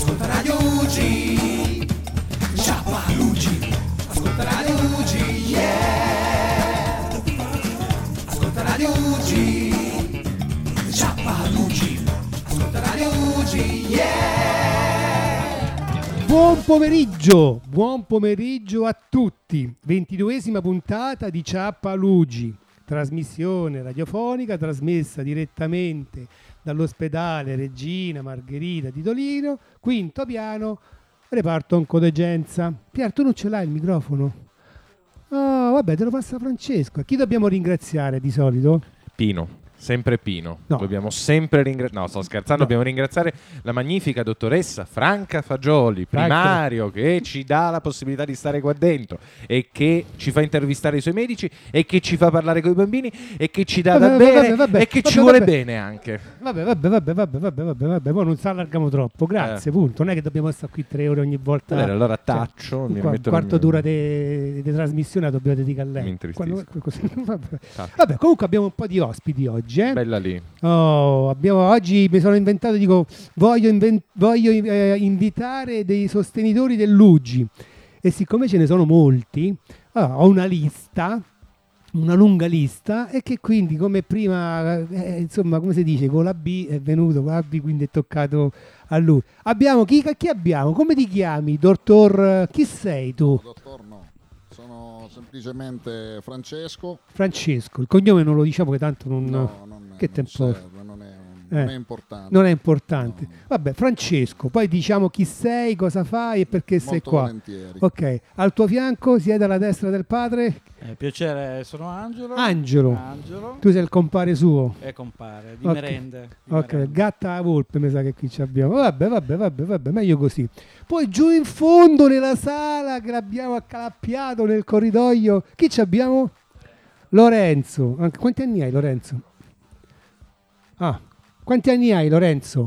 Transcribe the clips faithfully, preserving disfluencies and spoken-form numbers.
Ascolta Radio U G, Ciappa U G. Ascolta Radio U G, yeah. Ascolta Radio U G, Ciappa U G. Ascolta Radio U G, yeah. Buon pomeriggio, buon pomeriggio a tutti. ventiduesima puntata di Ciappa U G, trasmissione radiofonica trasmessa direttamente dall'ospedale Regina Margherita di Tolino, quinto piano, reparto oncodegenza. Pier, tu non ce l'hai il microfono? Oh, vabbè, te lo passa Francesco. Chi dobbiamo ringraziare di solito? Pino. Sempre Pino, no. Dobbiamo sempre ringraziare, no sto scherzando, no. Dobbiamo ringraziare la magnifica dottoressa Franca Fagioli, primario, che ci dà la possibilità di stare qua dentro e che ci fa intervistare i suoi medici e che ci fa parlare con i bambini e che ci dà vabbè, da bere vabbè, vabbè, e che vabbè, ci vuole vabbè. bene anche. Vabbè, vabbè, vabbè, vabbè, vabbè, vabbè, vabbè, poi non si allarghiamo troppo, grazie, Eh. punto. Non è che dobbiamo stare qui tre ore ogni volta. Allora, allora Cioè, taccio, un mi qua- metto quarto nel mio- d'ora di trasmissione la dobbiamo dedicare a lei. Mi intristisco. Quando- così- vabbè. Taccio. Vabbè, comunque abbiamo un po' di ospiti oggi, eh? Bella lì. Oh, abbiamo, oggi mi sono inventato, dico, voglio, inven- voglio eh, invitare dei sostenitori dell'U G I e siccome ce ne sono molti, ah, ho una lista, una lunga lista, e che quindi come prima, eh, insomma, come si dice, con la B è venuto, con la B quindi è toccato a lui. Abbiamo, chi, chi abbiamo? Come ti chiami, dottor? Chi sei tu? Dottor no, sono semplicemente Francesco. Francesco, il cognome non lo diciamo che tanto non... No, non, che non tempo- serve, non è, non Eh. è importante. Non è importante. No. Vabbè, Francesco, poi diciamo chi sei, cosa fai e perché sei Molto qua. volentieri. Ok, al tuo fianco, siede alla destra del padre, Eh, piacere, sono Angelo. Angelo. Angelo. Tu sei il compare suo. E compare, di Ok. merende. Di Ok, merende. gatta a volpe mi sa che qui ci abbiamo. Vabbè, vabbè, vabbè, vabbè, meglio così. Poi giù in fondo nella sala che l'abbiamo accalappiato nel corridoio, chi ci abbiamo? Lorenzo. Anche- Quanti anni hai, Lorenzo? Ah, quanti anni hai, Lorenzo?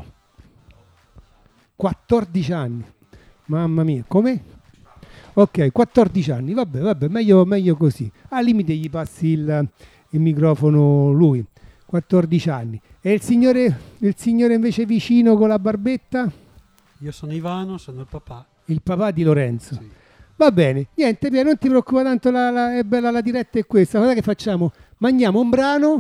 quattordici anni. Mamma mia, come? Ok, quattordici anni, vabbè, vabbè, meglio, meglio così. Al limite gli passi il, il microfono lui. quattordici anni. E il signore, il signore invece vicino con la barbetta? Io sono Ivano, sono il papà. Il papà di Lorenzo. Sì. Va bene, niente, Pier, non ti preoccupare tanto, la, la- è bella la diretta, è questa. Guarda che facciamo? Mandiamo un brano,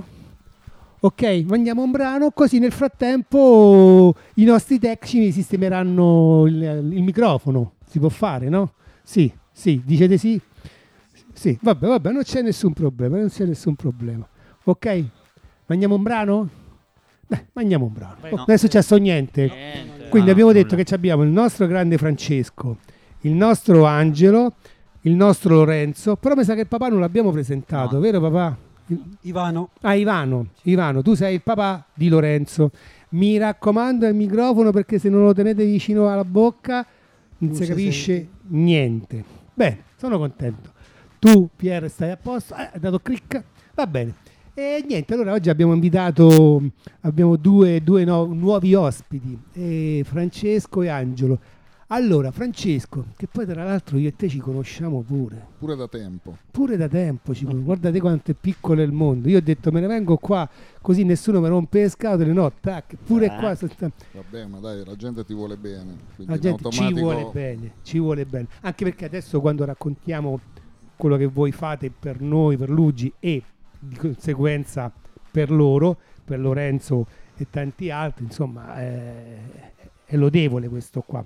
ok? Mandiamo un brano, così nel frattempo i nostri tecnici sistemeranno il, il microfono. Si può fare, no? Sì, sì, dicete sì? Sì, vabbè, vabbè, non c'è nessun problema, non c'è nessun problema. Ok? Mandiamo un brano? Beh, mandiamo un brano. Beh, Oh, no. non è successo niente. Niente. Quindi Ah, abbiamo nulla. detto che ci abbiamo il nostro grande Francesco, il nostro Angelo, il nostro Lorenzo, però mi sa che il papà non l'abbiamo presentato, No. vero papà? Il- Ivano, Ah, Ivano, Ivano, tu sei il papà di Lorenzo. Mi raccomando il microfono perché se non lo tenete vicino alla bocca non, Non si si capisce sente. niente. Bene, sono contento. Tu, Pier, stai a posto? Eh, hai dato clic? Va bene. E niente, allora oggi abbiamo invitato, abbiamo due, due no- nuovi ospiti, eh, Francesco e Angelo. Allora, Francesco, che poi tra l'altro io e te ci conosciamo pure, Pure da tempo. pure da tempo, ci con- guardate quanto è piccolo il mondo. Io ho detto me ne vengo qua così nessuno mi rompe le scatole, no, tac, pure Eh. qua sto sta- Vabbè, ma dai, la gente ti vuole bene. Quindi la in gente ci automatico- vuole bene, ci vuole bene. Anche perché adesso quando raccontiamo quello che voi fate per noi, per l'U G I e di conseguenza per loro, per Lorenzo e tanti altri, insomma, è, è lodevole questo qua.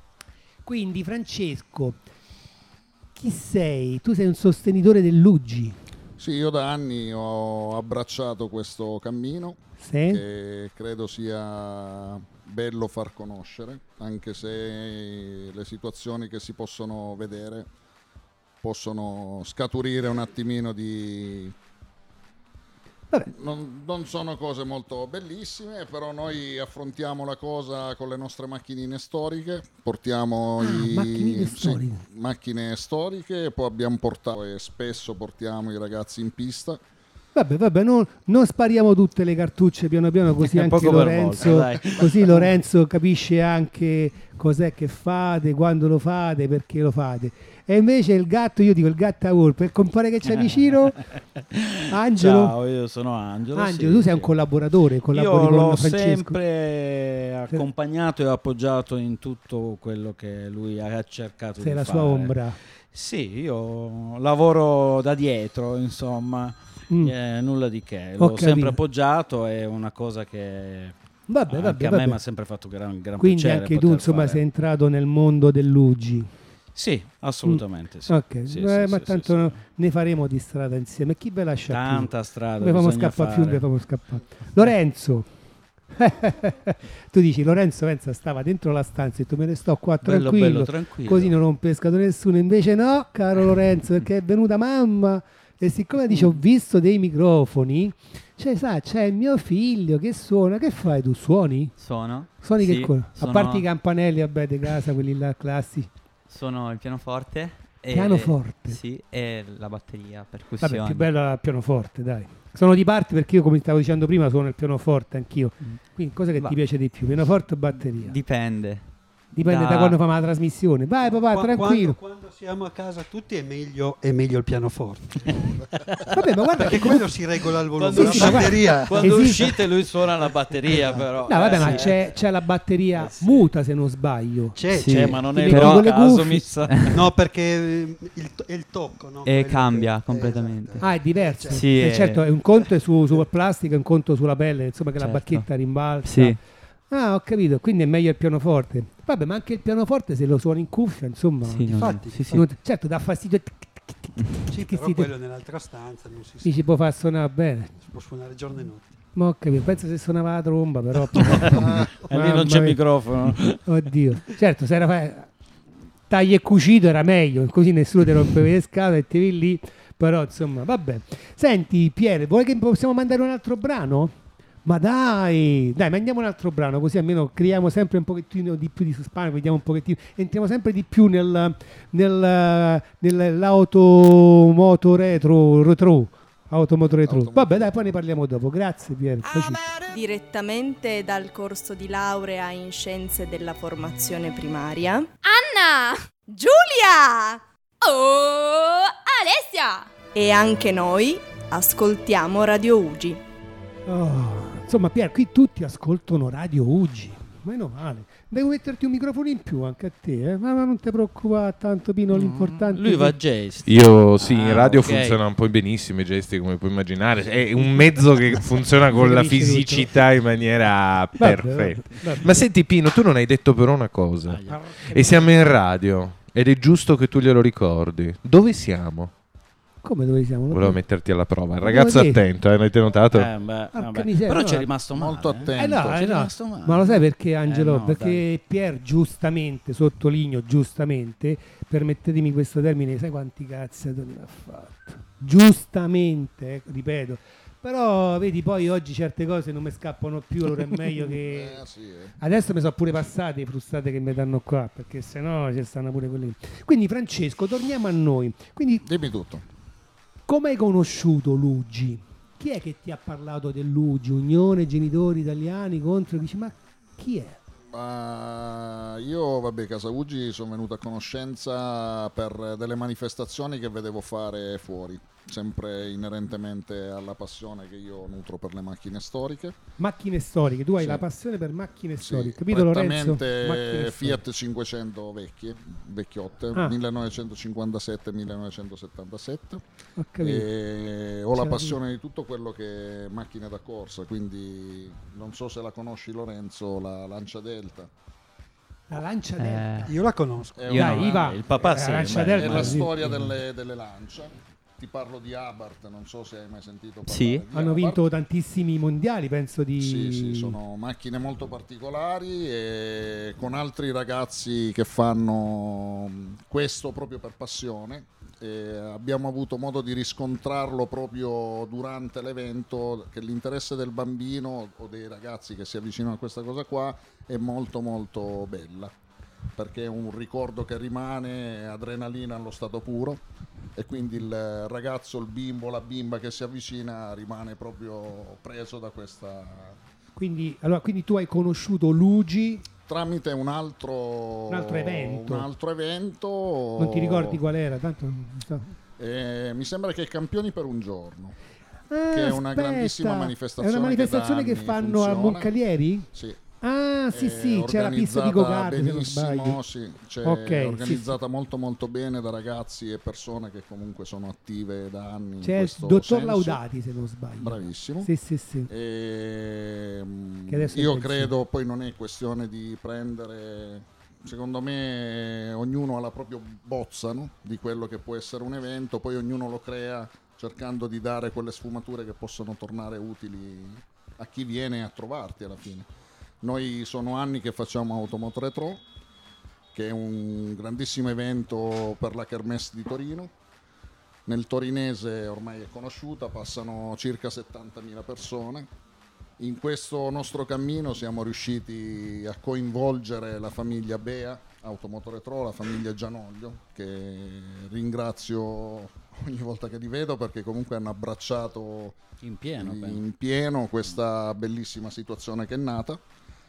Quindi Francesco, chi sei? Tu sei un sostenitore dell'U G I, Sì, io da anni ho abbracciato questo cammino sì? che credo sia bello far conoscere, anche se le situazioni che si possono vedere possono scaturire un attimino di... Vabbè. Non, non sono cose molto bellissime, però noi affrontiamo la cosa con le nostre macchinine storiche, portiamo Ah, i, macchinine sì, storiche. macchine storiche, e poi abbiamo portato e spesso portiamo i ragazzi in pista. Vabbè, vabbè, non, non spariamo tutte le cartucce piano piano, così È anche poco per Lorenzo, volta, dai. così Lorenzo capisce anche cos'è che fate, quando lo fate, perché lo fate. E invece il gatto, io dico il gatto a volpe, il compare che c'è vicino, Angelo. Ciao, io sono Angelo. Angelo, sì, tu sei sì. un collaboratore, collabori Io con l'ho Francesco. sempre accompagnato e appoggiato in tutto quello che lui ha cercato Sei di la fare. sua ombra. Sì, io lavoro da dietro, insomma, Mm. eh, nulla di che. Ho L'ho sempre capito. appoggiato, è una cosa che Vabbè, anche vabbè, a me vabbè. mi ha sempre fatto gran, gran Quindi piacere anche tu, poter insomma, fare. sei entrato nel mondo dell'U G. Sì, assolutamente sì. Ok, Sì, eh, sì, ma sì, tanto sì, no- ne faremo di strada insieme. Chi ve lascia più? Tanta strada Noi famo bisogna scappare più, fare. noi famo scappare. Lorenzo, tu dici Lorenzo pensa stava dentro la stanza e tu me ne sto qua Bello, tranquillo, bello, tranquillo. così non ho pescato nessuno. Invece no, caro Lorenzo, perché è venuta mamma e siccome dice ho visto dei microfoni, cioè sa, c'è il mio figlio che suona. Che fai tu? Suoni? Suono? Suoni Sì, che cosa? sono- A parte i campanelli, vabbè, di casa, quelli là classici. Suono il pianoforte. E Pianoforte? Sì, e la batteria, percussioni. Vabbè, più bello il pianoforte, dai. Sono di parte perché io, come stavo dicendo prima, suono il pianoforte anch'io. Mm. Quindi cosa che Ma- ti piace di più, pianoforte o batteria? Dipende. Dipende da, da- quando fa la trasmissione. Vai papà, Qua- tranquillo. Quando, quando siamo a casa tutti è meglio, è meglio il pianoforte. Vabbè, ma guarda Perché che quello si regola al volume. Quando La sì, ma guarda- batteria. Quando Esiste- uscite lui suona la batteria, però. No, vabbè, Eh, ma sì. c'è, c'è la batteria Eh, sì. muta, se non sbaglio. C'è, Sì. c'è. Eh, ma non Ti è metti il con tuo le caso, cuffie. mi sa. No, perché eh, il, to- è il tocco, no? E Quello cambia che- completamente. esatto. Ah, è diverso. Sì, Eh, è- certo, è un conto è su, su plastica, un conto sulla pelle, insomma, che la Certo. bacchetta rimbalza. Sì. Ah, ho capito, quindi è meglio il pianoforte. Vabbè, ma anche il pianoforte se lo suoni in cuffia, insomma. Sì, non- Infatti, sì, sì. non- certo, dà fastidio. Sì, che però si, quello nell'altra stanza non si, si ci può far suonare bene. si può suonare giorno e notte. Ma ho capito, penso se suonava la tromba, però. E lì Mamma non c'è mia. microfono. Oddio. Certo, se era fa- tagli e cucito era meglio, così nessuno ti rompeva le scatole e ti vi lì. Però insomma, vabbè. Senti, Pier, vuoi che possiamo mandare un altro brano? Ma dai, dai, mandiamo un altro brano, così almeno creiamo sempre un pochettino di più di suspense, vediamo un pochettino, entriamo sempre di più nel, nel, nell'automoto retro, retro, automoto retro. Automoto. Vabbè, dai, poi ne parliamo dopo. Grazie, Pier. Facci- Direttamente dal corso di laurea in scienze della formazione primaria. Anna! Giulia! Oh, Alessia! E anche noi ascoltiamo Radio U G I. Oh, insomma, Pier, qui tutti ascoltano Radio U G I. Meno male. Devo metterti un microfono in più anche a te, eh? ma, ma non ti preoccupare tanto, Pino, l'importante Lui è va a che- gesti. Io sì, in Ah, radio ok. funzionano un po' benissimo i gesti, come puoi immaginare. È un mezzo che funziona con Si la capisce fisicità in maniera Vabbè, perfetta. vabbè, vabbè. Ma senti Pino, tu non hai detto però una cosa. Aia. E siamo in radio ed è giusto che tu glielo ricordi. Dove siamo? Come dove siamo? Volevo metterti alla prova. Il ragazzo Dove- attento, eh, avete notato? Eh, beh, vabbè. miseria, Però no, c'è rimasto male. molto eh. attento. Eh no, C'è eh no. rimasto male. Ma lo sai perché, Angelo? Eh no, perché dai. Pier giustamente, sottolineo giustamente, permettetemi questo termine, sai quanti cazzatori ha fatto? Giustamente, eh, ripeto. Però vedi, poi oggi certe cose non mi scappano più, allora è meglio che... Eh, sì, eh. Adesso mi sono pure passate le frustate che mi danno qua, perché sennò ci stanno pure quelli. Quindi Francesco, torniamo a noi. Quindi Dimmi tutto. come hai conosciuto l'U G I? Chi è che ti ha parlato dell'U G I? Unione Genitori Italiani contro? Dici, ma chi è? Ma io, vabbè, Casa U G I sono venuto a conoscenza per delle manifestazioni che vedevo fare fuori, sempre inerentemente alla passione che io nutro per le macchine storiche. Macchine storiche, tu hai Sì. la passione per macchine Sì, storiche, capito Lorenzo? prettamente Macchine storiche. Fiat cinquecento vecchie, vecchiotte, Ah. millenovecentocinquantasette millenovecentosettantasette. Ho capito. E ho la C'era passione di tutto quello che è macchine da corsa, quindi non so se la conosci Lorenzo, la Lancia Delta. La Lancia Eh, Delta. Io la conosco. È Io una- Dai, no, Iva. il papà Eh, sì, la Lancia beh, Delta, È la sì. storia delle, delle lance. Ti parlo di Abarth, non so se hai mai sentito parlare Sì. di Hanno Abarth. vinto tantissimi mondiali, penso di... Sì, sì, sono macchine molto particolari e con altri ragazzi che fanno questo proprio per passione. E abbiamo avuto modo di riscontrarlo proprio durante l'evento, che l'interesse del bambino o dei ragazzi che si avvicinano a questa cosa qua è molto molto bella. perché è un ricordo che rimane, adrenalina allo stato puro, e quindi il ragazzo, il bimbo, la bimba che si avvicina rimane proprio preso da questa... Quindi, allora, quindi tu hai conosciuto Luigi tramite un altro, un altro evento. un altro evento. Non ti ricordi qual era? Tanto non so. Eh, mi sembra che Campioni per un giorno, Ah, che è una aspetta. grandissima manifestazione. È una manifestazione che, che, da anni fanno a funziona. Moncalieri? Sì. Ah, sì, È sì, c'è la pista di organizzata go-kart, se non benissimo, sbaglio. sì, c'è Ok, organizzata sì, molto molto bene da ragazzi e persone che comunque sono attive da anni. sì. C'è in il questo dottor senso. Laudati, se non sbaglio. Bravissimo. Sì, sì, sì. E, mm, Che adesso è io in pensione. credo, poi non è questione di prendere, secondo me ognuno ha la propria bozza, no? Di quello che può essere un evento, poi ognuno lo crea cercando di dare quelle sfumature che possono tornare utili a chi viene a trovarti alla fine. Noi sono anni che facciamo Automoto Retro, che è un grandissimo evento per la Kermesse di Torino. Nel torinese ormai è conosciuta, passano circa settantamila persone. In questo nostro cammino siamo riusciti a coinvolgere la famiglia Bea, Automoto Retro, la famiglia Gianoglio, che ringrazio ogni volta che li vedo, perché comunque hanno abbracciato in pieno, in, penso. in pieno questa bellissima situazione che è nata.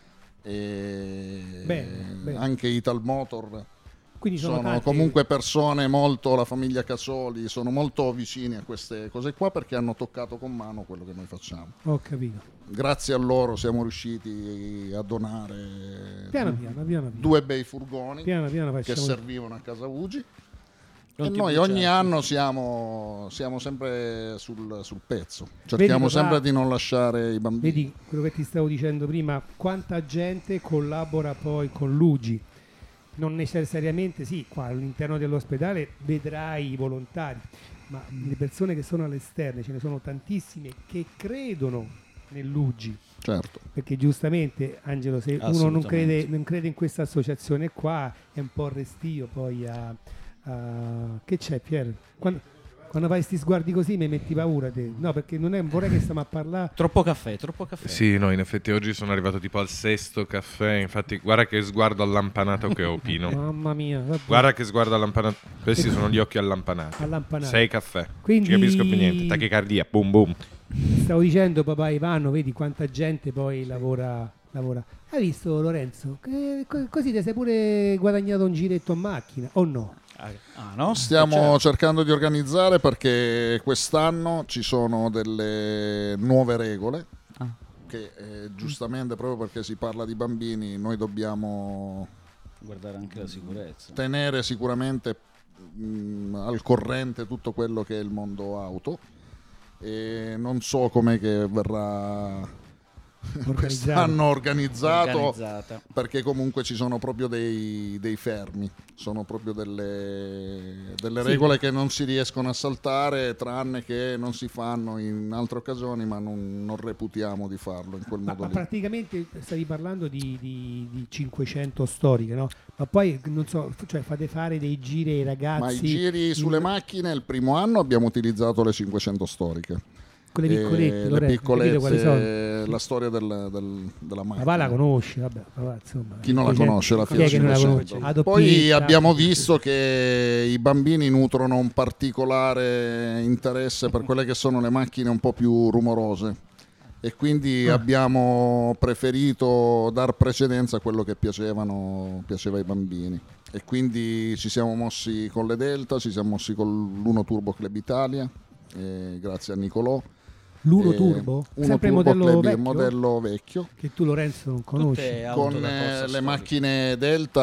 E Bene, bene. anche Ital Motor Quindi sono, sono tanti- comunque persone molto, la famiglia Casoli, sono molto vicini a queste cose qua, perché hanno toccato con mano quello che noi facciamo. Ho capito. Grazie a loro siamo riusciti a donare Piano piano, piano piano. due bei furgoni Piano piano che facciamo. servivano a Casa Ugi. E Non ti noi bruciare. ogni anno siamo, siamo sempre sul, sul pezzo, Vedi, cerchiamo papà, sempre di non lasciare i bambini. Vedi quello che ti stavo dicendo prima, quanta gente collabora poi con Luigi. Non necessariamente, sì, qua all'interno dell'ospedale vedrai i volontari, ma le persone che sono all'esterno, ce ne sono tantissime che credono nel Luigi. Certo. Perché giustamente, Angelo, se uno non Assolutamente. crede, non crede in questa associazione qua, è un po' restio poi a... a- che c'è, Pier? Quando, quando fai sti sguardi così mi metti paura te. No, perché non è, vorrei che stiamo a parlare. Troppo caffè, troppo caffè. Sì, no, in effetti oggi sono arrivato tipo al sesto caffè, infatti guarda che sguardo allampanato che ho, Pino. Mamma mia, vabbè. Guarda che sguardo allampanato. Questi sono gli occhi allampanati. Allampanati. Sei caffè. Quindi- Non ci capisco più niente. Tachicardia, boom boom. Stavo dicendo, papà Ivano, vedi quanta gente poi lavora, lavora. Hai visto, Lorenzo? Che co- così ti sei pure guadagnato un giretto a macchina, o no? Ah, no? Stiamo Certo. cercando di organizzare, perché quest'anno ci sono delle nuove regole Ah. che eh, giustamente, proprio perché si parla di bambini, noi dobbiamo Guardare anche la sicurezza. tenere sicuramente mh, al corrente tutto quello che è il mondo auto, e non so com'è che verrà quest'anno organizzato, Organizzata. perché comunque ci sono proprio dei, dei fermi, sono proprio delle, delle Sì. regole che non si riescono a saltare, tranne che non si fanno in altre occasioni, ma non, non reputiamo di farlo in quel Ma, modo ma lì. praticamente stavi parlando di, di- di cinquecento storiche, no? Ma poi non so, cioè fate fare dei giri ai ragazzi. Ma i giri in- sulle macchine, il primo anno abbiamo utilizzato le cinquecento storiche. Con le E piccolette, le Lorenzo, capito quali sono? piccolette, la storia del- del- della macchina. Papà la conosci, vabbè, papà, insomma. Chi non la Poi c'è- conosce la chi è Fiat che non la cinquecento? conosce? La Poi doppietta. abbiamo visto che i bambini nutrono un particolare interesse per quelle che sono le macchine un po' più rumorose, e quindi Ah. abbiamo preferito dar precedenza a quello che piacevano, piaceva ai bambini, e quindi ci siamo mossi con le Delta, ci siamo mossi con l'Uno Turbo Club Italia, eh, grazie a Nicolò. L'Uno Eh, Turbo? Uno Sempre il Turbo modello Club, il vecchio? modello vecchio. Che tu, Lorenzo, non conosci. Tutte auto Con da corsa eh, le storica. macchine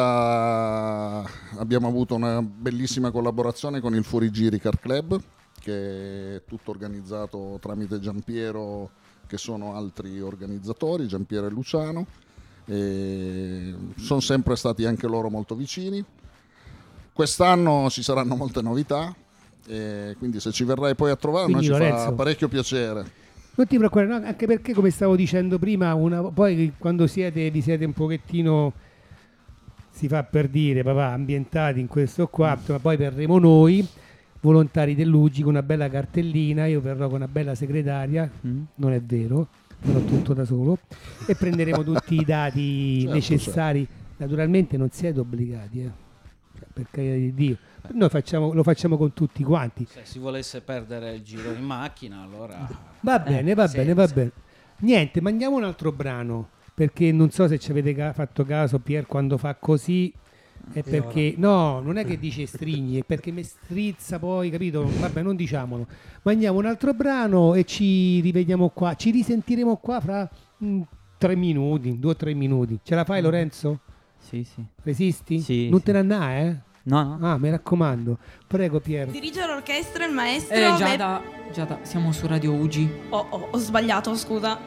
Delta abbiamo avuto una bellissima collaborazione con il Fuorigiri Car Club, che è tutto organizzato tramite Giampiero, che sono altri organizzatori, Giampiero e Luciano, e sono sempre stati anche loro molto vicini. Quest'anno ci saranno molte novità, e quindi se ci verrai poi a trovare, a noi Quindi, ci fa Lorenzo, parecchio piacere. non ti preoccupare, no, anche perché, come stavo dicendo prima, una, poi quando siete, vi siete un pochettino, si fa per dire, papà, ambientati in questo qua, ma poi verremo noi, volontari dell'U G I, con una bella cartellina, io verrò con una bella segretaria, Mm. non è vero, farò tutto da solo, e prenderemo tutti i dati Certo, necessari Naturalmente non siete obbligati, eh. Cioè, per carità di Dio. Noi facciamo, lo facciamo con tutti quanti. Se si volesse perdere il giro in macchina, allora... Va bene, va sì, bene, va sì. bene. Niente, mandiamo un altro brano, perché non so se ci avete ca- fatto caso, Pier, quando fa così è perché... No, non è che dice stringi, è perché mi strizza poi, capito? Vabbè, non diciamolo. Mandiamo un altro brano e ci rivediamo qua. Ci risentiremo qua fra mh, tre minuti, due o tre minuti. Ce la fai, Lorenzo? Sì, sì. Resisti? Sì, non sì. te ne andà, eh? No, no. Ah, mi raccomando. Prego, Pier. Dirige l'orchestra il maestro. Eh, Be- Giada, Giada, siamo su Radio U G. Oh, oh, ho sbagliato, scusa.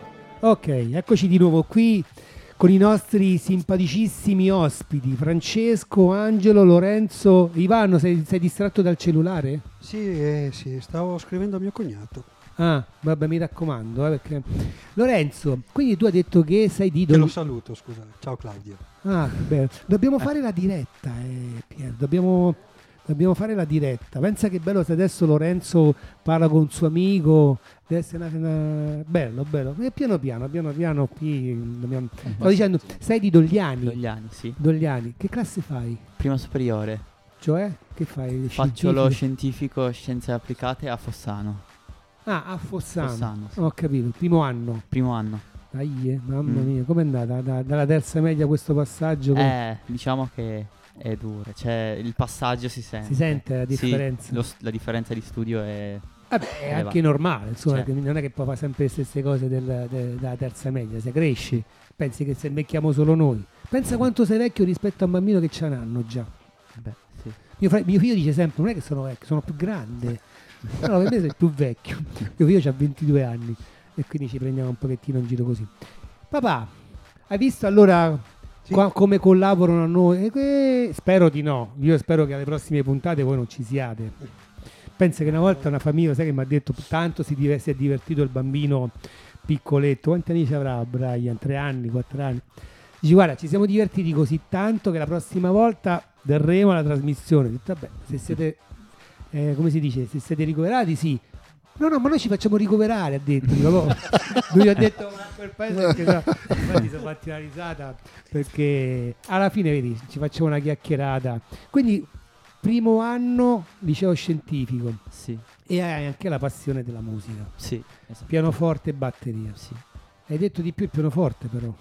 Ok, eccoci di nuovo qui con i nostri simpaticissimi ospiti, Francesco, Angelo, Lorenzo. Ivano, sei, sei distratto dal cellulare? Sì, eh, sì, stavo scrivendo a mio cognato. Ah, vabbè, mi raccomando, eh, perché... Lorenzo, quindi tu hai detto che sei di... Te lo Dol- saluto, scusa. Ciao Claudio. Ah, che bello. Dobbiamo fare la diretta, eh, Pier. Dobbiamo, dobbiamo fare la diretta. Pensa che bello se adesso Lorenzo parla con un suo amico. Deve essere una, una- bello, bello. E piano piano, piano piano. Qui dobbiamo... Stavo dicendo, sei di Dogliani. Dogliani, sì. Dogliani. Che classe fai? Prima superiore. Cioè, che fai? Faccio lo Scientifico? scientifico scienze applicate a Fossano. Ah, a Fossano. Fossano, sì. Ho capito, il primo anno. Primo anno. Dai, eh, mamma Mm. mia, com'è andata da- dalla terza media questo passaggio? Eh, diciamo che è dura. Cioè, il passaggio si sente. Si sente la Sì, differenza? lo s- la differenza di studio è... Vabbè, è elevata. anche normale, insomma, Certo. che non è che poi fa sempre le stesse cose del- de- della terza media. Se cresci, pensi che se invecchiamo solo noi. Pensa quanto sei vecchio rispetto a un bambino che ce n'hanno già. Beh, sì. Mio, fra- mio figlio dice sempre: non è che sono vecchio, sono più grande. No, per me sei più vecchio. Mio figlio ha ventidue anni e quindi ci prendiamo un pochettino in giro così. Papà, hai visto allora Sì. qua- come collaborano a noi? E que- spero di no. Io spero che alle prossime puntate voi non ci siate. Pensa che una volta una famiglia, sai che mi ha detto tanto si, div- si è divertito il bambino piccoletto. Quanti anni ci avrà Brian? Tre anni, quattro anni? Dici, guarda, ci siamo divertiti così tanto che la prossima volta daremo la trasmissione. Ho detto, vabbè, se siete, eh, come si dice, se siete ricoverati, sì. No, no, ma noi ci facciamo ricoverare, ha detto. Dico, no. Lui ha detto, ma quel paese che no. Infatti sono fatti una risata perché alla fine, vedi, ci facciamo una chiacchierata. Quindi, primo anno, liceo scientifico. Sì, E hai anche la passione della musica. sì, esatto. Pianoforte e batteria. Sì. Hai detto di più il pianoforte, però.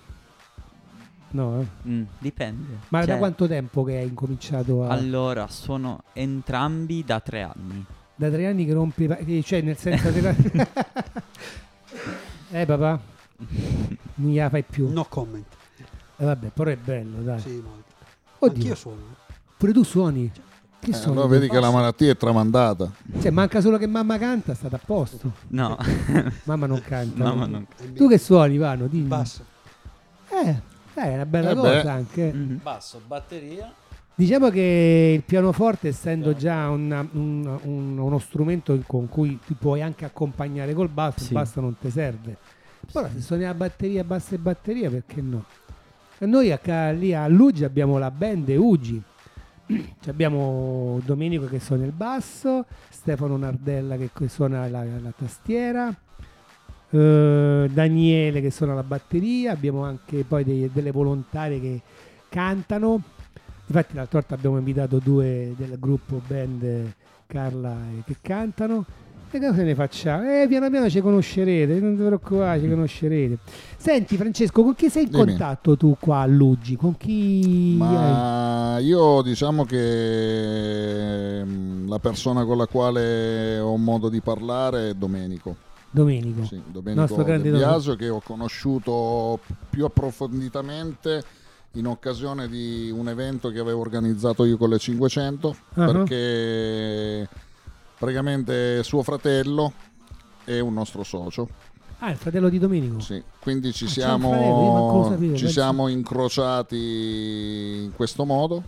No, eh? Mm, dipende. Ma Cioè, da quanto tempo che hai incominciato a... Allora, sono entrambi da tre anni. Da tre anni che rompi... pa- che- Cioè, nel senso che... eh, papà? Non gliela fai più? No comment. Eh, vabbè, però è bello, dai. Sì, molto. Oddio, Anch'io suono. pure tu suoni? Che Eh, suoni? allora vedi che la malattia è tramandata. Cioè, manca solo che mamma canta, state a posto. No, Mamma non canta. Mamma no? non... Tu che suoni, Ivano? Dimmi. Basso. Eh, dai, è una bella Eh cosa beh. anche. Mhm. Basso, batteria. Diciamo che il pianoforte, essendo già una- un- un- uno strumento con cui ti puoi anche accompagnare col basso, il Sì. basso non ti serve. Però se suoni la batteria, bassa e batteria, perché no? E noi a, ca- lì a Lugi abbiamo la band Ugi. Ci abbiamo Domenico che suona il basso, Stefano Nardella che co- suona la, la tastiera, eh, Daniele che suona la batteria, abbiamo anche poi dei- delle volontarie che cantano. Infatti l'altra volta abbiamo invitato due del gruppo band, eh, Carla, eh, che cantano. E cosa ne facciamo? Eh, piano piano ci conoscerete, non ti preoccupare, ci conoscerete. Senti Francesco, con chi sei in Dimmi. contatto tu qua a Lugi? Con chi hai? Ma io diciamo che mm, la persona con la quale ho modo di parlare è Domenico. Domenico. Sì, Domenico Nostro grande Del Domenico. Biasio, che ho conosciuto più approfonditamente in occasione di un evento che avevo organizzato io con le cinquecento, Ah. perché praticamente suo fratello è un nostro socio. Ah, il fratello di Domenico. Sì, quindi ci Ah, c'è un fratello, io manco lo siamo, sapevo, ci penso. siamo incrociati in questo modo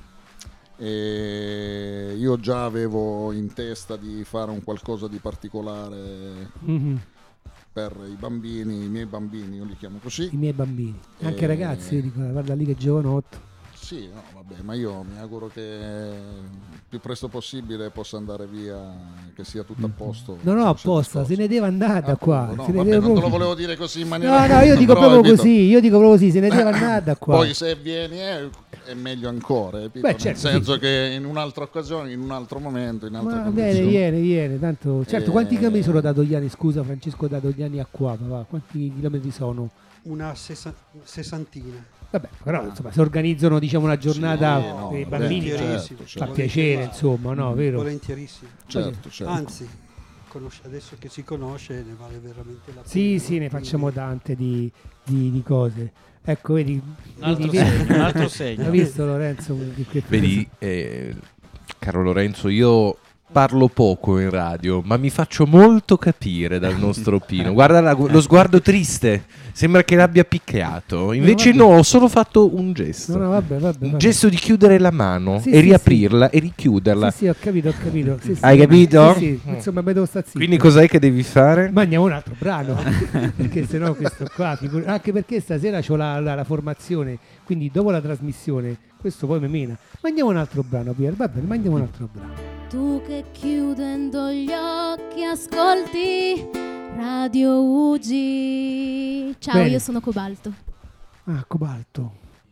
e io già avevo in testa di fare un qualcosa di particolare Mhm. per i bambini, i miei bambini, io li chiamo così. I miei bambini. Anche Eh, ragazzi, io dico, guarda lì che giovanotto. Sì, no, vabbè, ma io mi auguro che il più presto possibile possa andare via, che sia tutto a posto. No, no, apposta, se ne deve andare da qua. Appunto, no, se ne vabbè, deve non te lo proprio- volevo dire così in maniera... No, no, io dico però, proprio capito? così, io dico proprio così, se ne deve andare da qua. Poi se vieni è, è meglio ancora, capito? Beh, certo, nel senso sì. che in un'altra occasione, in un altro momento, in altre Ma condizioni. viene, viene, viene, tanto... Certo, Eh, quanti chilometri sono da Dogliani, scusa Francesco, da Dogliani a qua, papà? Quanti chilometri sono? Una sessa- sessantina. Vabbè, però insomma, se organizzano diciamo una giornata Sì, no, per i vabbè, bambini, volentierissimo, fa certo. piacere, insomma, no, vero? Volentierissimo. Certo, certo. Anzi, conosce- adesso che si conosce ne vale veramente la pena. Sì, sì, ne facciamo tante di, di- di cose. Ecco, vedi, Un altro vedi, segno, vedi- un altro segno. Hai visto Lorenzo? Che- che- Vedi, eh, caro Lorenzo, io parlo poco in radio, ma mi faccio molto capire dal nostro Pino. Guarda la- lo sguardo triste, sembra che l'abbia picchiato. Invece vabbè. no, ho solo fatto un gesto. No, no, vabbè, vabbè, Un vabbè. gesto di chiudere la mano Sì, e sì, riaprirla e richiuderla. Sì, sì, ho capito, ho capito. Sì, sì. Hai capito? Sì, sì, insomma, mi devo stare zitto. Quindi cos'è che devi fare? Mandiamo un altro brano, perché sennò questo qua, figur- anche perché stasera c'ho la, la- la formazione, quindi dopo la trasmissione, questo poi mi mena. Mandiamo un altro brano, Pier, va bene, mandiamo un altro brano. Tu che chiudendo gli occhi ascolti Radio U G. Ciao, Bene. io sono Cobalto. Ah, Cobalto.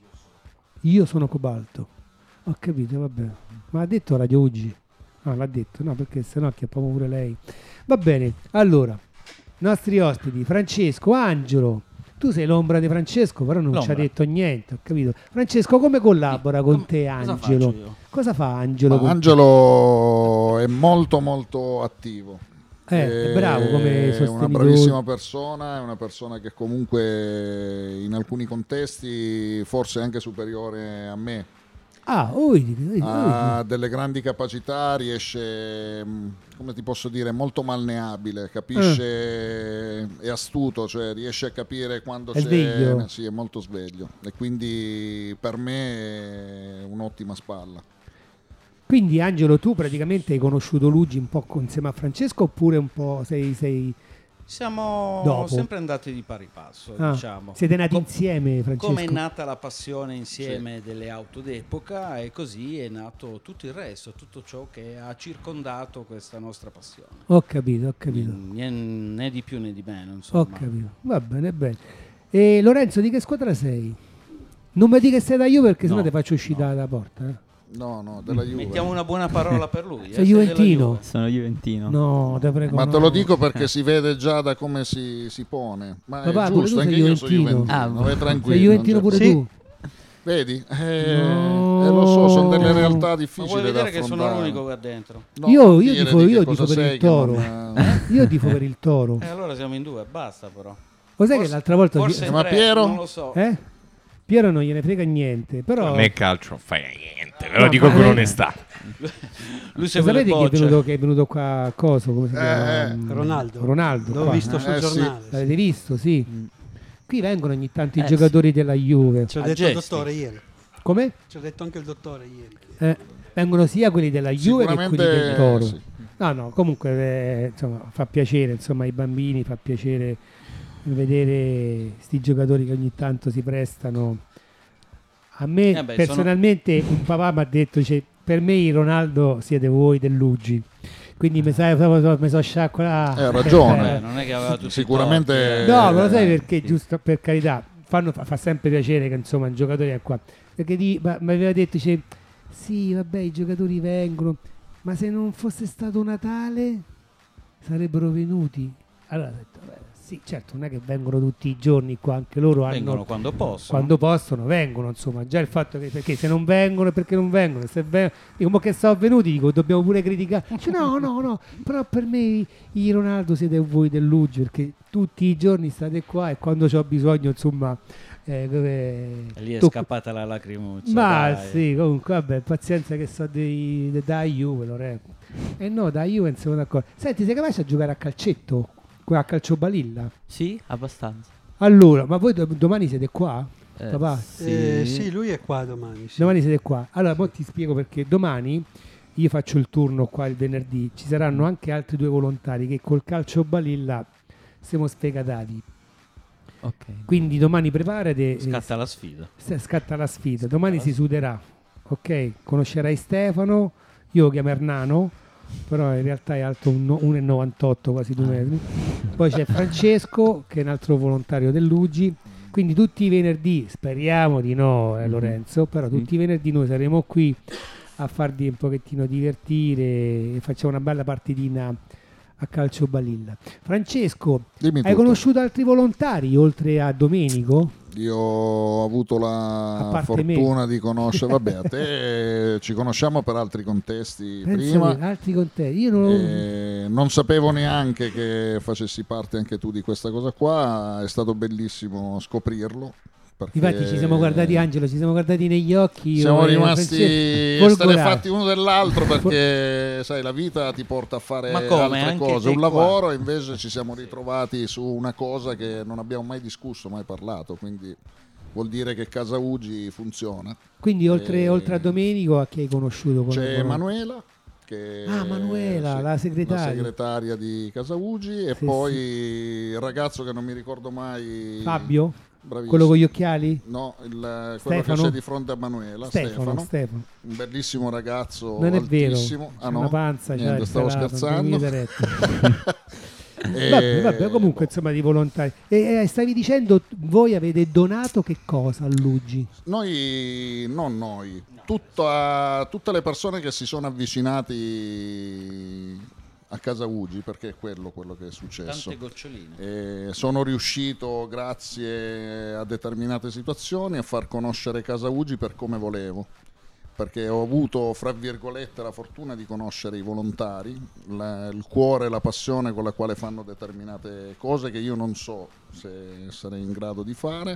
Io sono Cobalto. Ho capito, vabbè. Ma ha detto Radio U G? No, l'ha detto, no, perché sennò acchiappiamo pure lei. Va bene, allora, nostri ospiti, Francesco, Angelo. Tu sei l'ombra di Francesco, però non ci ha L'ombra. detto niente, ho capito. Francesco, come collabora con te cosa Angelo? faccio io? Cosa fa Angelo? Ma con te? Angelo è molto molto attivo. Eh, è bravo come È una sostenitore. bravissima persona, è una persona che comunque in alcuni contesti forse è anche superiore a me. Ah, oh, vedi, vedi, vedi. Ha delle grandi capacità, riesce, mh, come ti posso dire, molto malleabile, capisce, è astuto, cioè riesce a capire quando È c'è, sveglio. sì, è molto sveglio e quindi per me è un'ottima spalla. Quindi Angelo, tu praticamente hai conosciuto Luigi un po' insieme a Francesco oppure un po' sei... sei... Siamo Dopo. sempre andati di pari passo, Ah, diciamo. siete nati Com- insieme, Francesco? Come è nata la passione insieme delle auto d'epoca e così è nato tutto il resto, tutto ciò che ha circondato questa nostra passione. Ho capito, ho capito. Né, né di più né di meno, insomma. Ho capito. Va bene, bene. E Lorenzo, di che squadra sei? Non mi dica che sei da Juve perché sennò No, ti faccio uscire dalla porta. eh. No, no, della Juve. Mettiamo una buona parola per lui. eh, Sei della juventino? Juve. Sono juventino. No, te prego. Ma no. te lo dico perché si vede già da come si, si pone. Ma Papà, è pure giusto, tu sei anche io sono juventino. juventino. Ah, vai tranquillo. Sei juventino non c'è- pure Sì. tu? Vedi? Eh, No. eh, lo so, sono delle realtà Ma difficili vuoi da vedere che sono affrontare. l'unico qua dentro? No, Io- non io dire tifo- di che io cosa tifo per sei il che Toro. non- Io tifo per il Toro. E allora siamo in due, basta però. Lo sai che Forse- l'altra volta... Forse ti- in Ma tre, Piero? non lo so. Eh? Piero non gliene frega niente, però... A me calcio non fai niente, ve lo No, dico ma- con onestà. Lui Lo segue le sapete che è bocce. venuto, che è venuto qua a Coso? Come si Eh, chiama? eh. Mm, Ronaldo. Ronaldo. L'ho qua. visto sul Eh, sì. giornale. sì. L'avete visto? Sì. Qui vengono ogni tanto i Eh, giocatori della Juve. Ci ha A detto il gesti. dottore ieri. Come? Ci ha detto anche il dottore ieri. Eh, vengono sia quelli della Juve che quelli Sicuramente del Toro. sì. No, no, comunque eh, insomma, fa piacere, insomma, ai bambini fa piacere vedere sti giocatori che ogni tanto si prestano. A me Eh beh, personalmente un papà mi ha detto, dice, per me il Ronaldo siete voi dell'Uggi. Quindi mi sa mi so sciacquolato. Eh, ha ragione. Eh, non è che aveva tutti i Sicuramente- torti, eh. No, ma lo sai Eh, perché, sì. giusto per carità, fanno, fa, fa sempre piacere che insomma un giocatore è qua. Perché di, ma, mi aveva detto, dice, sì, vabbè, i giocatori vengono, ma se non fosse stato Natale sarebbero venuti. Allora ho detto, beh, sì, certo, non è che vengono tutti i giorni qua, anche loro Vengono hanno... quando possono. Quando possono vengono, insomma, già il fatto che perché se non vengono è perché non vengono, se vengono, dico, ma che sono venuti, dico, dobbiamo pure criticare. Dice, no, no, no, però per me i, i Ronaldo siete voi dell'Uggi, perché tutti i giorni state qua e quando ho bisogno, insomma, eh, come- E lì è tocco- scappata la lacrimuccia. ma dai. sì, comunque, vabbè, pazienza che so dei, de, da Juve, Lorenzo. E no, da Juve in seconda cosa. Senti, sei capace a giocare a calcetto? A calcio balilla? Sì, abbastanza. Allora, ma voi do- domani siete qua? Eh, Papà? sì. Eh, sì, lui è qua domani. sì. Domani siete qua. Allora, mo ti spiego perché domani io faccio il turno qua il venerdì. Ci saranno anche altri due volontari che col calcio balilla siamo sfegatati. Ok. Quindi domani preparate. Scatta eh, la sfida. s- Scatta la sfida. Domani si suderà. Ok, conoscerai Stefano, io lo chiamo Ernano, però in realtà è alto un no- uno e novantotto, quasi due metri. Poi c'è Francesco, che è un altro volontario dell'U G I. Quindi tutti i venerdì, speriamo di no, eh, Lorenzo, però tutti i venerdì noi saremo qui a farvi un pochettino divertire e facciamo una bella partitina a calcio balilla. Francesco, Dimmi hai tutto. conosciuto altri volontari oltre a Domenico? Io ho avuto A la parte me. fortuna di conoscere, vabbè, a te ci conosciamo per altri contesti Pensa prima. che altri con te. Io non... E non sapevo neanche che facessi parte anche tu di questa cosa qua, è stato bellissimo scoprirlo. perché Infatti ci siamo guardati, Angelo, ci siamo guardati negli occhi. io siamo e rimasti Francesco, esterrefatti uno dell'altro perché sai, la vita ti porta a fare Ma come? altre Anche cose, te un qua. lavoro, e invece ci siamo ritrovati su una cosa che non abbiamo mai discusso, mai parlato, quindi vuol dire che Casa U G I funziona. Quindi oltre, E oltre a Domenico, a chi hai conosciuto? quando- c'è quando- Manuela che Ah, Manuela, sì, la segretaria. la segretaria di Casa U G I, e Sì, poi sì. il ragazzo che non mi ricordo mai, Fabio? bravissimo. Quello con gli occhiali? No, il, quello Stefano? che c'è di fronte a Manuela, Stefano, Stefano, Stefano. un bellissimo ragazzo, Non è vero, altissimo. c'ha Ah, no? una panza, c'ha Niente, il stavo pelato, scherzando. non mi date retta. E- Vabbè, vabbè, comunque insomma di volontari. E, e stavi dicendo, voi avete donato che cosa all'U G I? Noi, non noi, tutta- tutte le persone che si sono avvicinati a Casa U G I, perché è quello, quello che è successo. Tante goccioline. E sono riuscito, grazie a determinate situazioni, a far conoscere Casa U G I per come volevo, perché ho avuto, fra virgolette, la fortuna di conoscere i volontari, la- il cuore e la passione con la quale fanno determinate cose che io non so se sarei in grado di fare,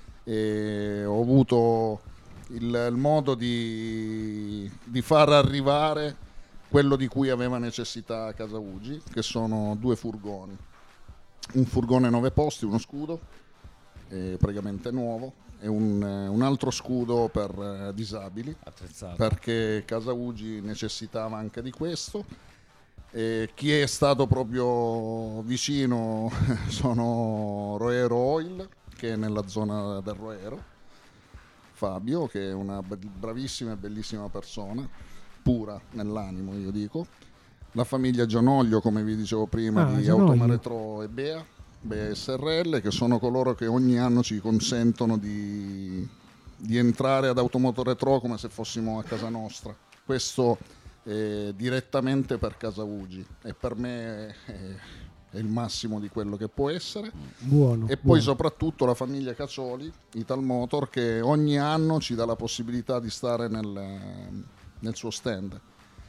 e ho avuto il, il modo di, di far arrivare quello di cui aveva necessità a Casa U G I, che sono due furgoni, un furgone nove posti, uno scudo eh, praticamente nuovo, e un, eh, un altro scudo per eh, disabili, Attrezzato. perché Casa U G I necessitava anche di questo. E chi è stato proprio vicino sono Roero Oil, che è nella zona del Roero, Fabio, che è una be- bravissima e bellissima persona, pura nell'animo, io dico. La famiglia Gianoglio, come vi dicevo prima, Ah, di Gianoglio. Automaretro e Bea, Bea S R L, che sono coloro che ogni anno ci consentono di, di entrare ad Automotoretro come se fossimo a casa nostra. Questo eh, direttamente per Casa U G I, e per me è, è il massimo di quello che può essere. Buono. E poi buono. soprattutto la famiglia Cacioli, Italmotor, che ogni anno ci dà la possibilità di stare nel, nel suo stand.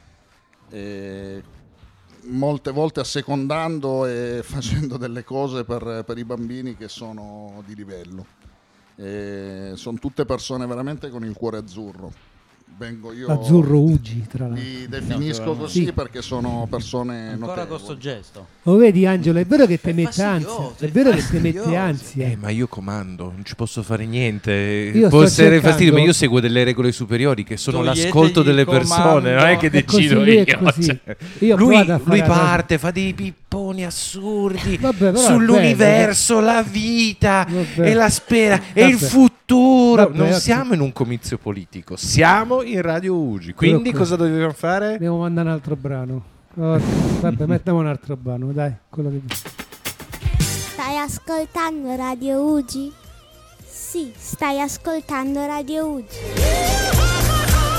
E molte volte assecondando e facendo delle cose per, per i bambini che sono di livello. E sono tutte persone veramente con il cuore azzurro. Vengo io, Azzurro U G I, tra l'altro. li definisco No, così sì. perché sono persone Ancora con notevoli. sto gesto. Lo vedi Angelo, è vero che te È mette ansia, fastidioso, è è vero che te mette fastidioso. ansia. Eh, ma io comando, non ci posso fare niente. Io Può sto essere cercando- fastidio, ma io seguo delle regole superiori che sono Toglietegli l'ascolto il delle comando. persone, non è che È così, decido lui è io. così. cioè. Io ho lui provato a fare lui la cosa- parte, fa dei pipponi assurdi Vabbè, però è sull'universo, la vita Vabbè. e la spera e il Vabbè. futuro. Vabbè, non ok. siamo in un comizio politico, siamo in Radio U G I. Quindi Quello- cosa dobbiamo fare? Dobbiamo mandare un altro brano. Oh, vabbè, mettiamo un altro brano, dai, quello che... Stai ascoltando Radio U G I? Sì, stai ascoltando Radio U G I.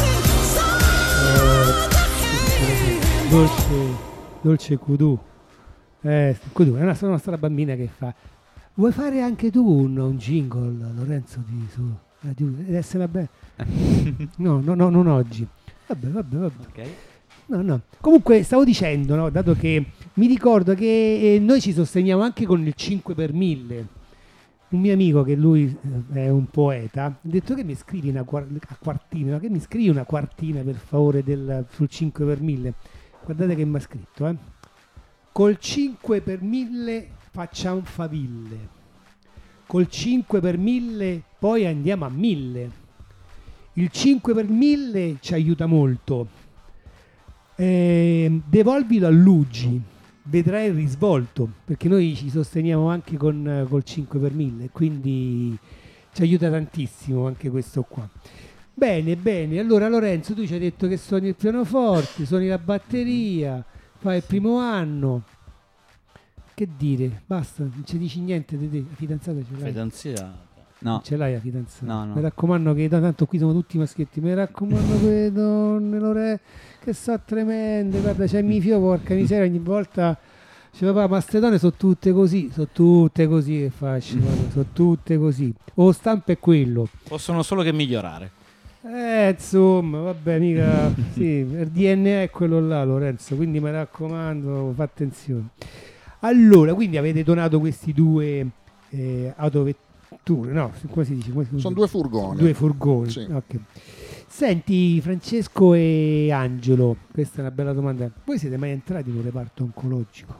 Dolce, dolce Kudu. Eh, Kudu è una sono nostra bambina che fa. Vuoi fare anche tu un, un jingle, Lorenzo, di su Radio U G I? Deve essere bene. No, no, no, non oggi. Vabbè, vabbè, vabbè. Ok. No, no. Comunque stavo dicendo, no, dato che mi ricordo che eh, noi ci sosteniamo anche con il cinque per mille. Un mio amico, che lui eh, è un poeta, ha detto che mi scrivi una quar- a quartina, che mi scrivi una quartina per favore del, sul cinque per mille. Guardate che mi ha scritto, eh. Col cinque per mille facciamo faville. Col cinque per mille poi andiamo a mille. Il cinque per mille ci aiuta molto. Eh, devolvilo all'U G I, vedrà il risvolto, perché noi ci sosteniamo anche con col cinque per mille, quindi ci aiuta tantissimo anche questo qua. Bene, bene, allora Lorenzo, tu ci hai detto che suoni il pianoforte, suoni la batteria, fai il primo anno. Che dire? Basta, non ci dici niente di te, la fidanzata ce l'hai? Fidanzata. No. Ce l'hai la fidanzata? No, no. Mi raccomando che tanto qui siamo tutti maschietti, mi raccomando quelle donne, Lore, che so tremende, guarda c'è mio figlio, porca miseria, ogni volta dice papà, ma ste donne sono tutte così, sono tutte così che faccio, sono tutte così. O stampo è quello. Possono solo che migliorare. Eh, insomma, vabbè, mica sì, il D N A è quello là, Lorenzo, quindi mi raccomando, fa attenzione. Allora, quindi avete donato questi due eh, autovetture, no, come si dice? Come si Sono due furgoni. Due furgoni, Sì. ok. Senti, Francesco e Angelo, questa è una bella domanda. Voi siete mai entrati in un reparto oncologico?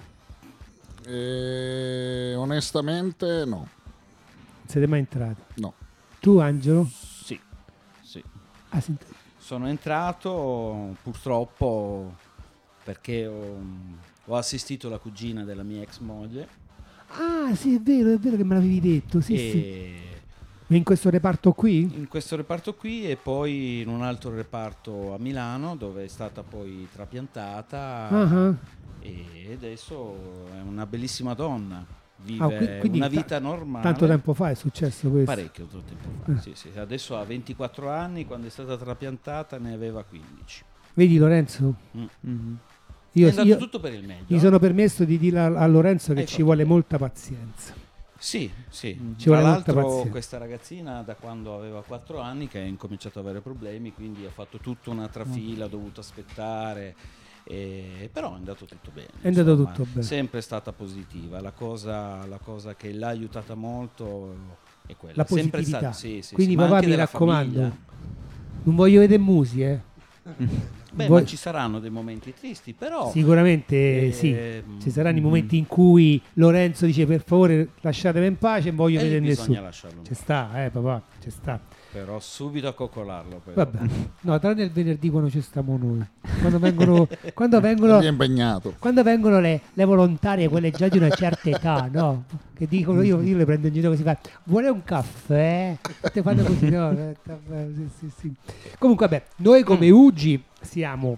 Eh, onestamente no. Non siete mai entrati? No. Tu, Angelo? Sì, sì. Ah, senti. Sono entrato purtroppo perché ho, ho assistito la cugina della mia ex moglie. Ah, sì, è vero, è vero che me l'avevi detto, sì, e sì. In questo reparto qui? In questo reparto qui e poi in un altro reparto a Milano dove è stata poi trapiantata. Uh-huh. E adesso è una bellissima donna, vive Ah, qui- quindi una ta- vita normale. Tanto tempo fa è successo questo? Parecchio tempo fa, Eh. sì, sì. Adesso ha ventiquattro anni, quando è stata trapiantata ne aveva quindici. Vedi Lorenzo? Mm. Mm-hmm. Io, È andato io- tutto per il meglio. Mi sono permesso di dire a, a Lorenzo che Hai ci fatto vuole bene. molta pazienza. Sì, sì. Ci Tra vuole molta l'altro pazienza. questa ragazzina da quando aveva quattro anni che ha incominciato ad avere problemi, quindi ha fatto tutta un'altra fila, ha dovuto aspettare, e- però è andato tutto bene. È andato insomma, tutto bene. Sempre stata positiva, la cosa, la cosa che l'ha aiutata molto è quella. La Sempre positività. stata- sì, sì, Quindi sì, ma papà anche mi della raccomando, famiglia. non voglio vedere musi, eh. Beh, Voi- ma ci saranno dei momenti tristi, però Sicuramente eh, sì, mm, ci saranno i momenti in cui Lorenzo dice per favore lasciatemi in pace, non voglio E lì vedere bisogna nessuno. lasciarlo in Ci sta, eh papà, ci sta. però subito a coccolarlo. Però. Vabbè, no, tranne il venerdì quando ci stiamo noi. Quando vengono, quando vengono, Lì è impegnato. quando vengono le, le volontarie, quelle già di una certa età, no? Che dicono, io, io le prendo in giro così, fa, vuole un caffè? Te fanno così, no? Eh, vabbè, sì, sì, sì. Comunque, vabbè, noi come U G I siamo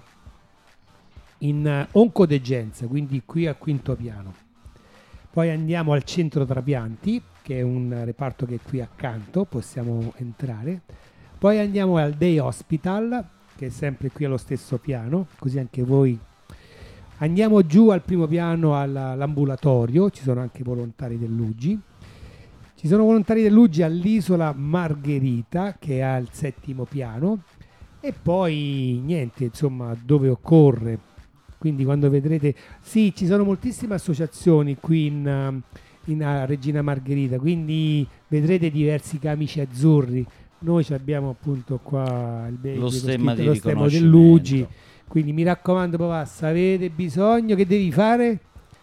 in eh, oncodegenza, quindi qui al quinto piano. Poi andiamo al centro trapianti, che è un reparto che è qui accanto, possiamo entrare. Poi andiamo al day hospital, che è sempre qui allo stesso piano, così anche voi. Andiamo giù al primo piano alla- all'ambulatorio, ci sono anche volontari dell'U G I. Ci sono volontari dell'U G I all'isola Margherita, che è al settimo piano. E poi niente, insomma, dove occorre. Quindi quando vedrete, sì, ci sono moltissime associazioni qui in, um, in uh, Regina Margherita, quindi vedrete diversi camici azzurri. Noi ci abbiamo appunto qua il baby, Lo con stemma scritto di lo stemma riconoscimento. dell'U G I. Quindi mi raccomando papà, se avete bisogno, che devi fare?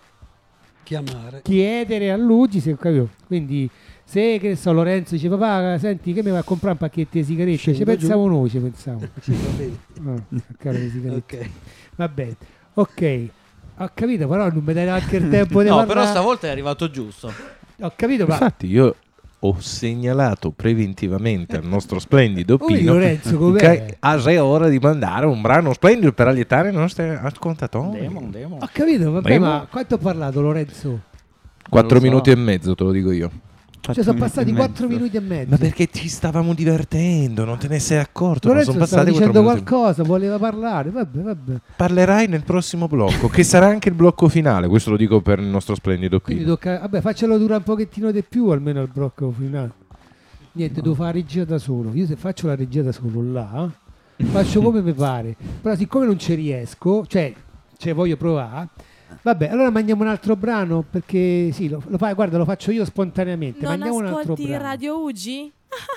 Chiamare. Chiedere all'U G I, se ho capito. Quindi se, che ne so, Lorenzo dice papà, senti che mi va a comprare un pacchetto di sigarette, ci Scendo pensavo giù. noi, ci pensavo. Sì, va bene. Ah, caro le sigarette. Ok. Va bene, ok, ho capito, però non mi dai neanche il tempo di No, parlare. però stavolta è arrivato giusto. Ho capito, ma Infatti io ho segnalato preventivamente al nostro splendido Oh, vedi, Pino Lorenzo, com'è? che è ora di mandare un brano splendido per allietare i nostri ascoltatori. Andiamo, andiamo. ho capito, vabbè, Primo. ma quanto ho parlato Lorenzo? Quattro Non lo so. minuti e mezzo, te lo dico io. Cioè sono passati e quattro mezzo. minuti e mezzo. Ma perché ci stavamo divertendo, non te ne sei accorto? Non Lorenzo sono stava passati dicendo quattro minuti. qualcosa, voleva parlare, vabbè, vabbè. Parlerai nel prossimo blocco, che sarà anche il blocco finale. Questo lo dico per il nostro splendido Quindi Pino. tocca, vabbè, faccelo durare un pochettino di più, almeno il blocco finale. Niente, devo fare la regia da solo. Io se faccio la regia da solo là, faccio come mi pare. Però siccome non ci riesco, cioè, cioè voglio provare, vabbè, allora mandiamo un altro brano, perché sì, lo, lo fai, guarda, lo faccio io spontaneamente. Non mandiamo un altro ascolti brano. Radio U G I?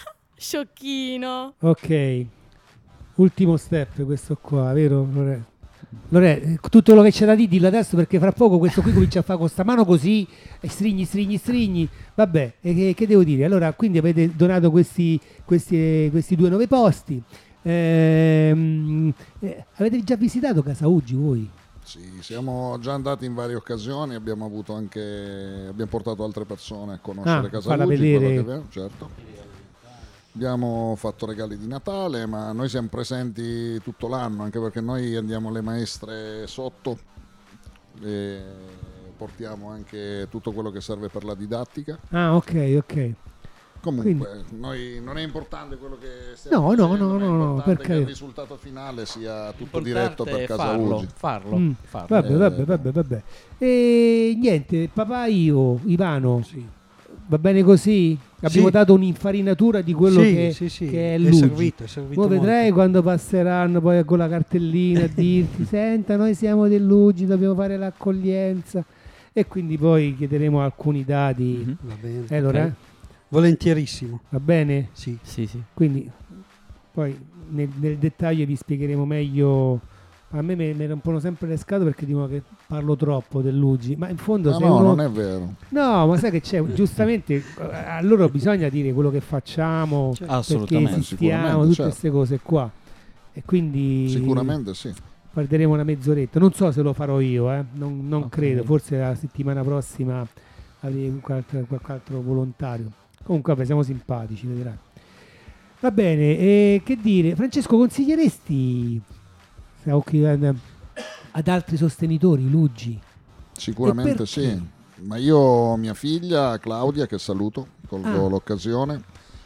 Sciocchino. Ok, ultimo step questo qua, vero Lore? Lore, tutto quello che c'è da dire dillo adesso, perché fra poco questo qui comincia a fare con sta mano così e stringhi, stringhi, stringhi. Vabbè, e che, che devo dire? Allora, quindi avete donato questi, questi, questi due nuovi posti. Ehm, eh, avete già visitato Casa U G I voi? Sì, siamo già andati in varie occasioni, abbiamo avuto anche abbiamo portato altre persone a conoscere Ah, Casa farla Ugi, vedere. quello che- certo. Abbiamo fatto regali di Natale, ma noi siamo presenti tutto l'anno, anche perché noi andiamo alle maestre sotto e portiamo anche tutto quello che serve per la didattica. Ah, ok, ok. Comunque, noi, non è importante quello che No, stiamo no, facendo, no, ma è no, no, importante per che il carità. risultato finale sia tutto L'importante diretto per è Casa farlo, Ugi. farlo, Mm. farlo. Vabbè, Eh, vabbè, vabbè, vabbè. E niente, papà io, Ivano, va bene così? Abbiamo Sì. dato un'infarinatura di quello Sì, che, sì, sì, che è è l'Ugi. servito, è servito Poi vedrai molto. quando passeranno poi con la cartellina a dirti senta, noi siamo dell'Ugi, dobbiamo fare l'accoglienza, e quindi poi chiederemo alcuni dati. Va bene. Eh, allora? Ok. Volentierissimo. Va bene? Sì. Sì, sì. Quindi poi nel, nel dettaglio vi spiegheremo meglio. A me mi, mi rompono sempre le scatole perché dicono che parlo troppo dell'Ugi, ma in fondo No, se no, uno... non è vero. No, ma sai che c'è, giustamente a loro bisogna dire quello che facciamo, perché Assolutamente. esistiamo, Sicuramente, tutte certo. queste cose qua. E quindi Sicuramente sì. guarderemo una mezz'oretta. Non so se lo farò io, eh. non, non Ok. credo, forse la settimana prossima avremo qualche, qualche altro volontario. Comunque vabbè, siamo simpatici, vedrai. Va bene, e che dire, Francesco, consiglieresti ad ad altri sostenitori l'Ugi? Sicuramente E sì. perché? Ma io ho mia figlia Claudia, che saluto, colgo Ah. l'occasione,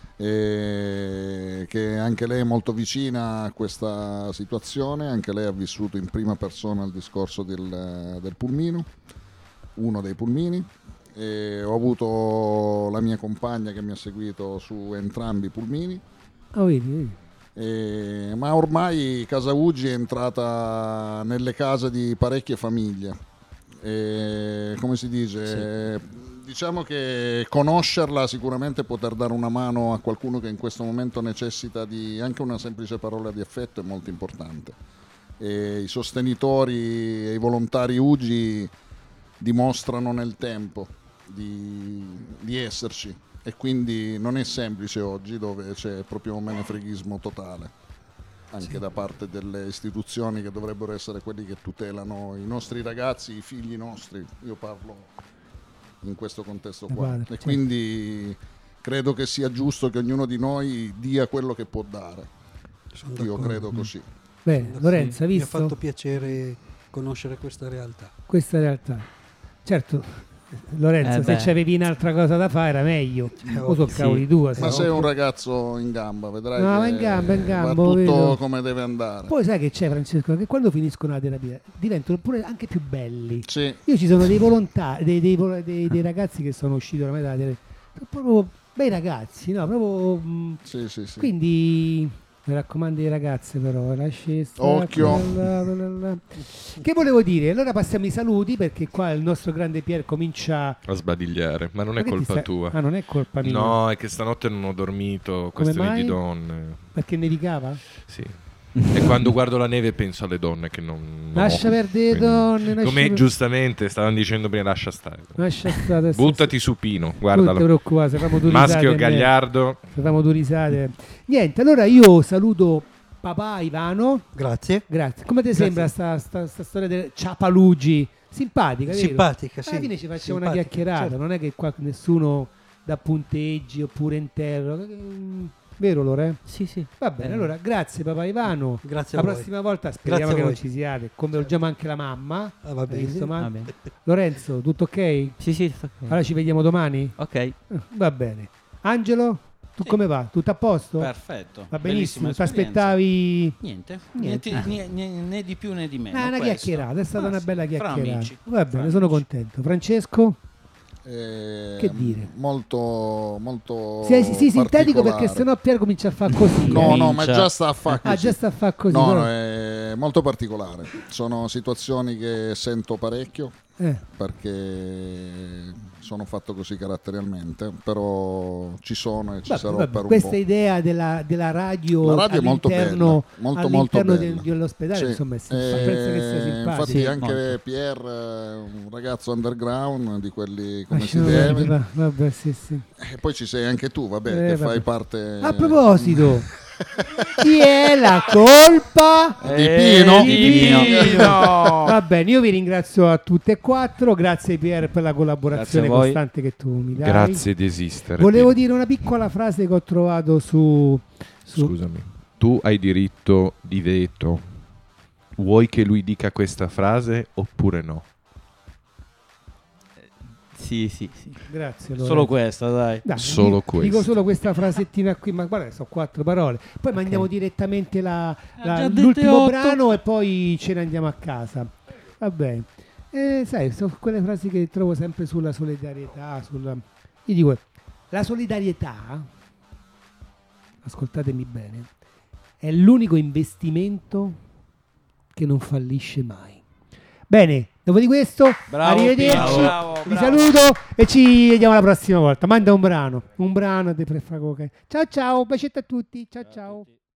e che anche lei è molto vicina a questa situazione, anche lei ha vissuto in prima persona il discorso del, del pulmino, uno dei pulmini, e ho avuto la mia compagna che mi ha seguito su entrambi i pulmini. Ah, vedi, vedi. Eh, ma ormai Casa Ugi è entrata nelle case di parecchie famiglie. Eh, come si dice? Eh, diciamo che conoscerla, sicuramente poter dare una mano a qualcuno che in questo momento necessita di anche una semplice parola di affetto è molto importante. E i sostenitori e i volontari Ugi dimostrano nel tempo di, di esserci. E quindi non è semplice oggi, dove c'è proprio un menefreghismo totale anche Sì. da parte delle istituzioni che dovrebbero essere quelli che tutelano i nostri ragazzi, i figli nostri. Io parlo in questo contesto Da qua. padre, E certo. quindi credo che sia giusto che ognuno di noi dia quello che può dare. Sono Io d'accordo. credo così. Bene, Lorenzo, hai Mi ha visto fatto piacere conoscere questa realtà. questa realtà? Certo, Lorenzo, Eh se beh. c'avevi un'altra cosa da fare era meglio. Eh, O so sì. cavoli tua. se Ma no- sei un ragazzo in gamba, vedrai No, che ma in gamba, in gamba, va tutto vedo. come deve andare. Poi sai che c'è, Francesco, che quando finiscono la terapia diventano pure anche più belli. Sì. Io ci sono dei volontari, dei, dei, vol- dei- dei ragazzi che sono usciti oramai dalla terapia, sono proprio bei ragazzi, no? Proprio, mh, Sì, sì, sì. quindi mi raccomando ai ragazze, però lasci stare, Occhio. quella là, quella là. Che volevo dire? Allora passiamo i saluti, perché qua il nostro grande Pier comincia A sbadigliare, ma non Ma è che ti colpa stai- tua. Ah, non è colpa mia. No, è che stanotte non ho dormito, Come questione mai? di donne. Perché nevicava? Sì. E quando guardo la neve penso alle donne che non, non Lascia ho. perdere le Quindi, donne, lascia come per- giustamente stavano dicendo prima, lascia stare. Lascia stare. Buttati su Pino, Non ti guardalo. preoccupare, se famo due risate. Maschio eh. gagliardo. Se famo due risate. Niente, allora io saluto papà Ivano. Grazie. Grazie. Come ti Grazie. sembra sta, sta, sta storia del Ciapalugi? Simpatica, vero? Simpatica, sì. Alla fine ci facciamo una Simpatica, chiacchierata, certo. non è che qua nessuno dà punteggi oppure interro. Mm, Vero Lore? Sì, sì. Va bene, Eh. allora grazie papà Ivano. Grazie a La voi. prossima volta speriamo Grazie a che non voi. ci siate. Convolgiamo anche la mamma. Ah, va Hai bene. visto, ma- Va bene. Lorenzo, tutto ok? Sì, sì, sta ok. Allora ci vediamo domani? Ok. Eh, Va bene. Angelo, tu Sì. come va? Tutto a posto? Perfetto. Va Bellissima benissimo. Ti esperienza. aspettavi Niente, Niente. niente, né, né- né di più né di meno. Ah, una questo. chiacchierata, è stata Ah, una sì, bella fra chiacchierata. amici, Va fra bene, sono amici. contento. Francesco? Eh, Che dire? Molto, molto Sì, sì, sì, sintetico particolare. perché sennò Pier comincia a fare così. No, eh. no, ma Comincia. già sta a fare così. Ah, già sta a fare così. No, però- no, è molto particolare. Sono situazioni che sento parecchio Eh. perché sono fatto così caratterialmente, però ci sono e ci Vabbè, sarò vabbè, per un questa po'. idea della, della radio, La radio è molto bella, all'interno, molto, molto all'interno bella. del- dell'ospedale, Sì. insomma, è sim- Eh, penso che sia simpatico. infatti Sì, anche molto. Pier è un ragazzo underground di quelli come si Lasciamo deve. perdere, vabbè, sì, sì. E poi ci sei anche tu, vabbè, Eh, che vabbè. fai parte. A proposito, chi è la colpa? Di Pino. Di Pino. Pino. Va bene, io vi ringrazio a tutte e quattro. Grazie Pier per la collaborazione Grazie a voi. costante che tu mi dai. Grazie di esistere. Volevo Pino. dire una piccola frase che ho trovato su, su Scusami, tu hai diritto di veto. Vuoi che lui dica questa frase oppure no? Sì, sì, sì. Grazie. Lorenzo. Solo questa, dai. Dai, Solo dico, questo. dico solo questa frasettina qui, ma guarda, sono quattro parole. Poi mandiamo direttamente la- la- già dette l'ultimo otto. brano e poi ce ne andiamo a casa. Va bene. Eh, sai, sono quelle frasi che trovo sempre sulla solidarietà. Sulla... Io dico, la solidarietà, ascoltatemi bene, è l'unico investimento che non fallisce mai. Bene, dopo di questo, Bravo, arrivederci, Pino, bravo, vi bravo. saluto e ci vediamo la prossima volta. Manda un brano, un brano di Prefragoca. Ciao ciao, bacetto a tutti, ciao ciao.